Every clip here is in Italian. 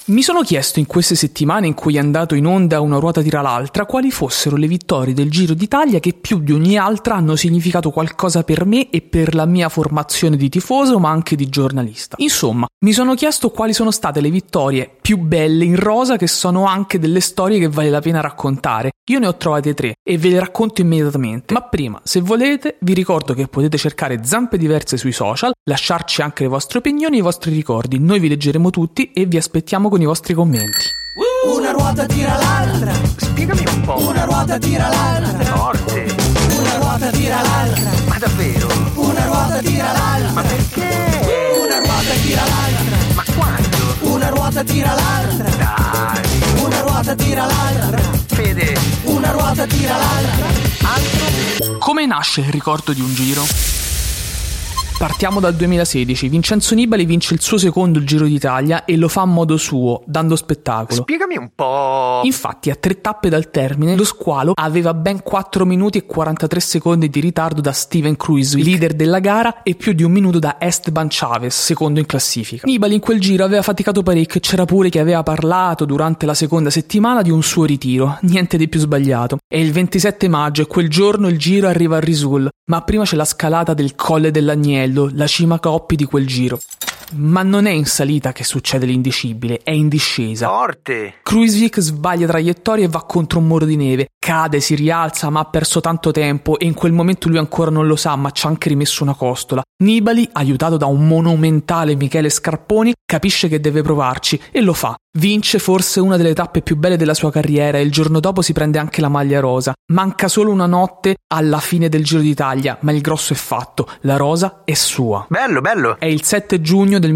Mi sono chiesto in queste settimane in cui è andato in onda Una ruota tira l'altra quali fossero le vittorie del Giro d'Italia che più di ogni altra hanno significato qualcosa per me e per la mia formazione di tifoso ma anche di giornalista. Insomma, mi sono chiesto quali sono state le vittorie più belle in rosa che sono anche delle storie che vale la pena raccontare. Io ne ho trovate 3 e ve le racconto immediatamente, ma prima, se volete, vi ricordo che potete cercare Zampe Diverse sui social, lasciarci anche le vostre opinioni e i vostri ricordi, noi vi leggeremo tutti e vi aspettiamo con i vostri commenti. Una ruota tira l'altra. Spiegami un po'. Una ruota tira l'altra. Forte. Una ruota tira l'altra. Ma davvero? Una ruota tira l'altra. Ma perché? Una ruota tira l'altra. Ma quando? Una ruota tira l'altra. Dai. Una ruota tira l'altra. Fede. Una ruota tira l'altra. Altro? Come nasce il ricordo di un giro? Partiamo dal 2016, Vincenzo Nibali vince il suo secondo Giro d'Italia e lo fa a modo suo, dando spettacolo. Spiegami un po'. Infatti a 3 tappe dal termine lo squalo aveva ben 4 minuti e 43 secondi di ritardo da Steven Kruijswijk, leader della gara, e più di 1 minuto da Esteban Chaves, secondo in classifica. Nibali in quel giro aveva faticato parecchio e c'era pure che aveva parlato durante la seconda settimana di un suo ritiro, niente di più sbagliato. È il 27 maggio e quel giorno il giro arriva a Risul, ma prima c'è la scalata del Colle dell'Agnello, la cima coppi di quel giro. Ma non è in salita che succede l'indicibile, è in discesa. Forte. Kruijswijk sbaglia traiettoria e va contro un muro di neve. Cade, si rialza, ma ha perso tanto tempo e in quel momento lui ancora non lo sa, ma ci ha anche rimesso una costola. Nibali, aiutato da un monumentale Michele Scarponi, capisce che deve provarci e lo fa. Vince forse una delle tappe più belle della sua carriera e il giorno dopo si prende anche la maglia rosa. Manca solo una notte alla fine del Giro d'Italia, ma il grosso è fatto, la rosa è sua. Bello, bello. È il 7 giugno del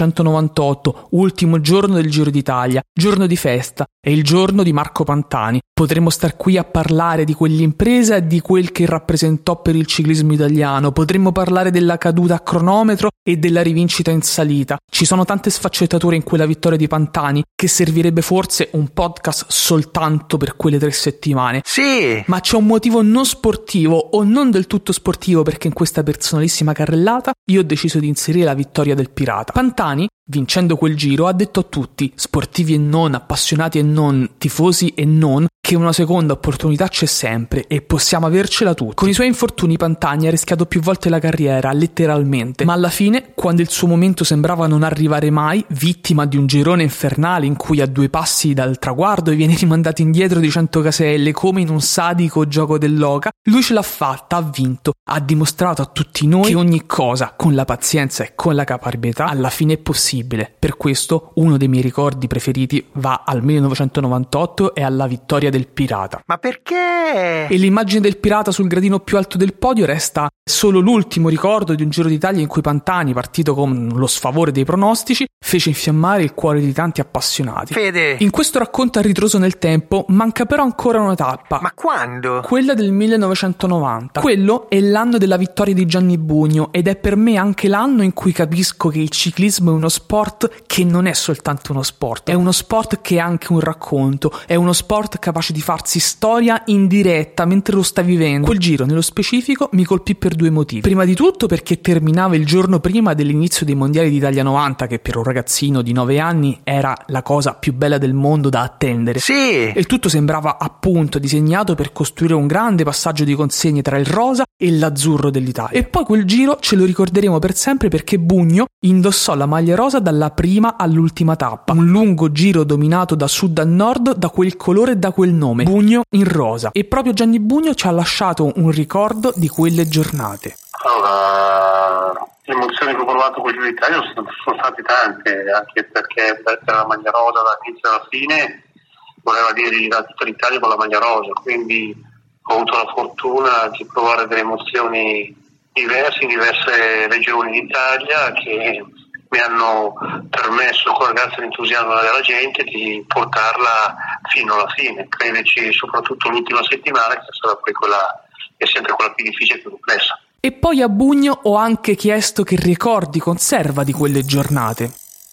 1998, ultimo giorno del Giro d'Italia, giorno di festa, è il giorno di Marco Pantani. Potremmo star qui a parlare di quell'impresa e di quel che rappresentò per il ciclismo italiano, potremmo parlare della caduta a cronometro e della rivincita in salita. Ci sono tante sfaccettature in quella vittoria di Pantani che servirebbe forse un podcast soltanto per quelle 3 settimane. Sì. Ma c'è un motivo non sportivo o non del tutto sportivo perché in questa personalissima carrellata io ho deciso di inserire la vittoria del pirata. Pantani, vincendo quel giro, ha detto a tutti, sportivi e non, appassionati e non, tifosi e non, che una seconda opportunità c'è sempre e possiamo avercela tutti. Con i suoi infortuni Pantani ha rischiato più volte la carriera, letteralmente, ma alla fine, quando il suo momento sembrava non arrivare mai, vittima di un girone infernale in cui a 2 passi dal traguardo viene rimandato indietro di 100 caselle come in un sadico gioco dell'oca, lui ce l'ha fatta, ha vinto, ha dimostrato a tutti noi che ogni cosa, con la pazienza e con la caparbietà, alla fine è possibile. Per questo uno dei miei ricordi preferiti va al 1998 e alla vittoria del pirata. Ma perché? E l'immagine del pirata sul gradino più alto del podio resta solo l'ultimo ricordo di un Giro d'Italia in cui Pantani, partito con lo sfavore dei pronostici, fece infiammare il cuore di tanti appassionati. Fede. In questo racconto a ritroso nel tempo manca però ancora una tappa. Ma quando? Quella del 1990. Quello è l'anno della vittoria di Gianni Bugno ed è per me anche l'anno in cui capisco che il ciclismo è uno sport che non è soltanto uno sport, è uno sport che è anche un racconto, è uno sport capace di farsi storia in diretta mentre lo sta vivendo. Quel giro nello specifico mi colpì per 2 motivi. Prima di tutto perché terminava il giorno prima dell'inizio dei mondiali d'Italia 90, che per un ragazzino di 9 anni era la cosa più bella del mondo da attendere. Sì. E il tutto sembrava appunto disegnato per costruire un grande passaggio di consegne tra il rosa e l'azzurro dell'Italia. E poi quel giro ce lo ricorderemo per sempre perché Bugno indossò la maglia rosa dalla prima all'ultima tappa, un lungo giro dominato da sud a nord da quel colore e da quel nome, Bugno in rosa, e proprio Gianni Bugno ci ha lasciato un ricordo di quelle giornate. Allora, le emozioni che ho provato con il Giro d'Italia sono state tante, anche perché mettere la maglia rosa dall'inizio alla fine voleva dire girare tutta l'Italia con la maglia rosa, quindi ho avuto la fortuna di provare delle emozioni diverse in diverse regioni d'Italia che mi hanno permesso, grazie all'entusiasmo della gente, di portarla fino alla fine. Crederci soprattutto l'ultima settimana, che sarà poi è sempre quella più difficile e più complessa. E poi a Bugno ho anche chiesto che ricordi conserva di quelle giornate.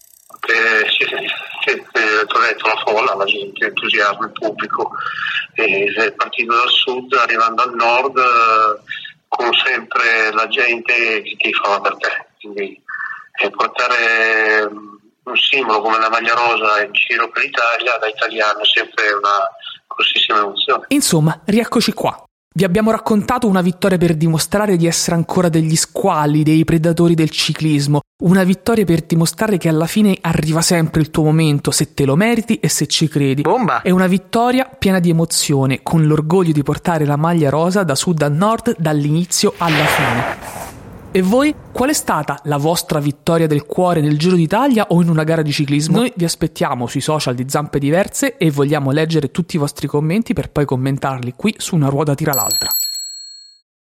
Ho detto la folla, la gente, l'entusiasmo, il pubblico, è partito dal sud arrivando al nord con sempre la gente che tifava per te, quindi portare un simbolo come la maglia rosa in giro per l'Italia, da italiano è sempre una grossissima emozione. Insomma, rieccoci qua. Vi abbiamo raccontato una vittoria per dimostrare di essere ancora degli squali, dei predatori del ciclismo, una vittoria per dimostrare che alla fine arriva sempre il tuo momento, se te lo meriti e se ci credi. Bomba! È una vittoria piena di emozione, con l'orgoglio di portare la maglia rosa da sud a nord, dall'inizio alla fine. E voi, qual è stata la vostra vittoria del cuore nel Giro d'Italia o in una gara di ciclismo? Noi vi aspettiamo sui social di Zampe Diverse e vogliamo leggere tutti i vostri commenti per poi commentarli qui su Una Ruota Tira l'Altra.